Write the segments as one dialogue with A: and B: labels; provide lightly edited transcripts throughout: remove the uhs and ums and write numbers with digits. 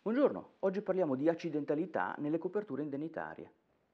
A: Buongiorno, oggi parliamo di accidentalità nelle coperture indennitarie.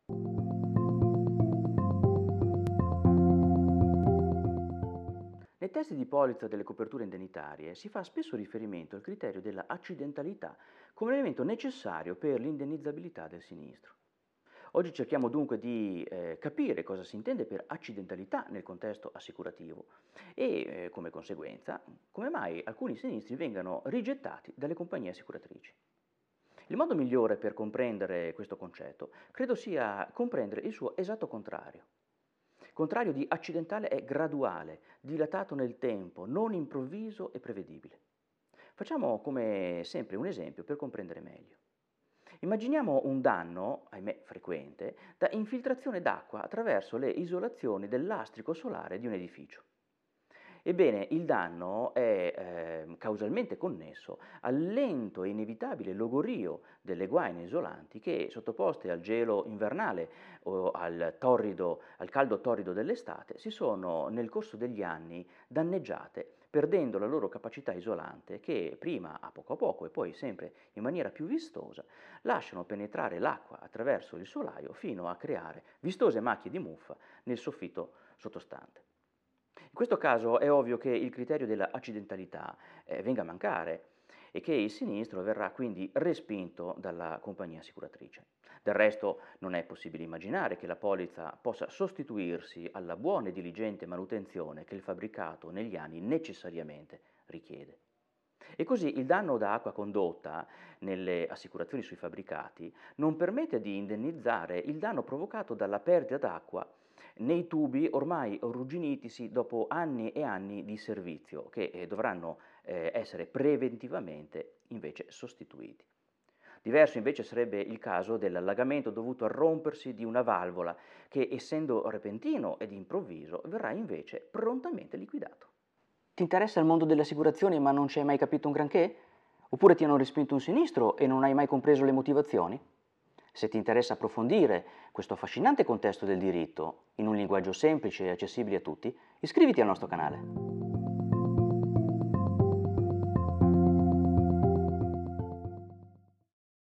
A: Nei testi di polizza delle coperture indennitarie si fa spesso riferimento al criterio della accidentalità come elemento necessario per l'indennizzabilità del sinistro. Oggi cerchiamo dunque di capire cosa si intende per accidentalità nel contesto assicurativo e, come conseguenza, come mai alcuni sinistri vengano rigettati dalle compagnie assicuratrici. Il modo migliore per comprendere questo concetto credo sia comprendere il suo esatto contrario. Il contrario di accidentale è graduale, dilatato nel tempo, non improvviso e prevedibile. Facciamo come sempre un esempio per comprendere meglio. Immaginiamo un danno, ahimè frequente, da infiltrazione d'acqua attraverso le isolazioni del lastrico solare di un edificio. Ebbene, il danno è causalmente connesso al lento e inevitabile logorio delle guaine isolanti che, sottoposte al gelo invernale o al caldo torrido dell'estate, si sono nel corso degli anni danneggiate, perdendo la loro capacità isolante che prima, a poco e poi sempre in maniera più vistosa, lasciano penetrare l'acqua attraverso il solaio fino a creare vistose macchie di muffa nel soffitto sottostante. In questo caso è ovvio che il criterio della accidentalità venga a mancare e che il sinistro verrà quindi respinto dalla compagnia assicuratrice. Del resto non è possibile immaginare che la polizza possa sostituirsi alla buona e diligente manutenzione che il fabbricato negli anni necessariamente richiede. E così il danno da acqua condotta nelle assicurazioni sui fabbricati non permette di indennizzare il danno provocato dalla perdita d'acqua nei tubi ormai arrugginitisi dopo anni e anni di servizio che dovranno essere preventivamente invece sostituiti. Diverso invece sarebbe il caso dell'allagamento dovuto al rompersi di una valvola che, essendo repentino ed improvviso, verrà invece prontamente liquidato. Ti interessa il mondo delle assicurazioni ma non ci hai mai capito un granché? Oppure ti hanno respinto un sinistro e non hai mai compreso le motivazioni? Se ti interessa approfondire questo affascinante contesto del diritto in un linguaggio semplice e accessibile a tutti, iscriviti al nostro canale.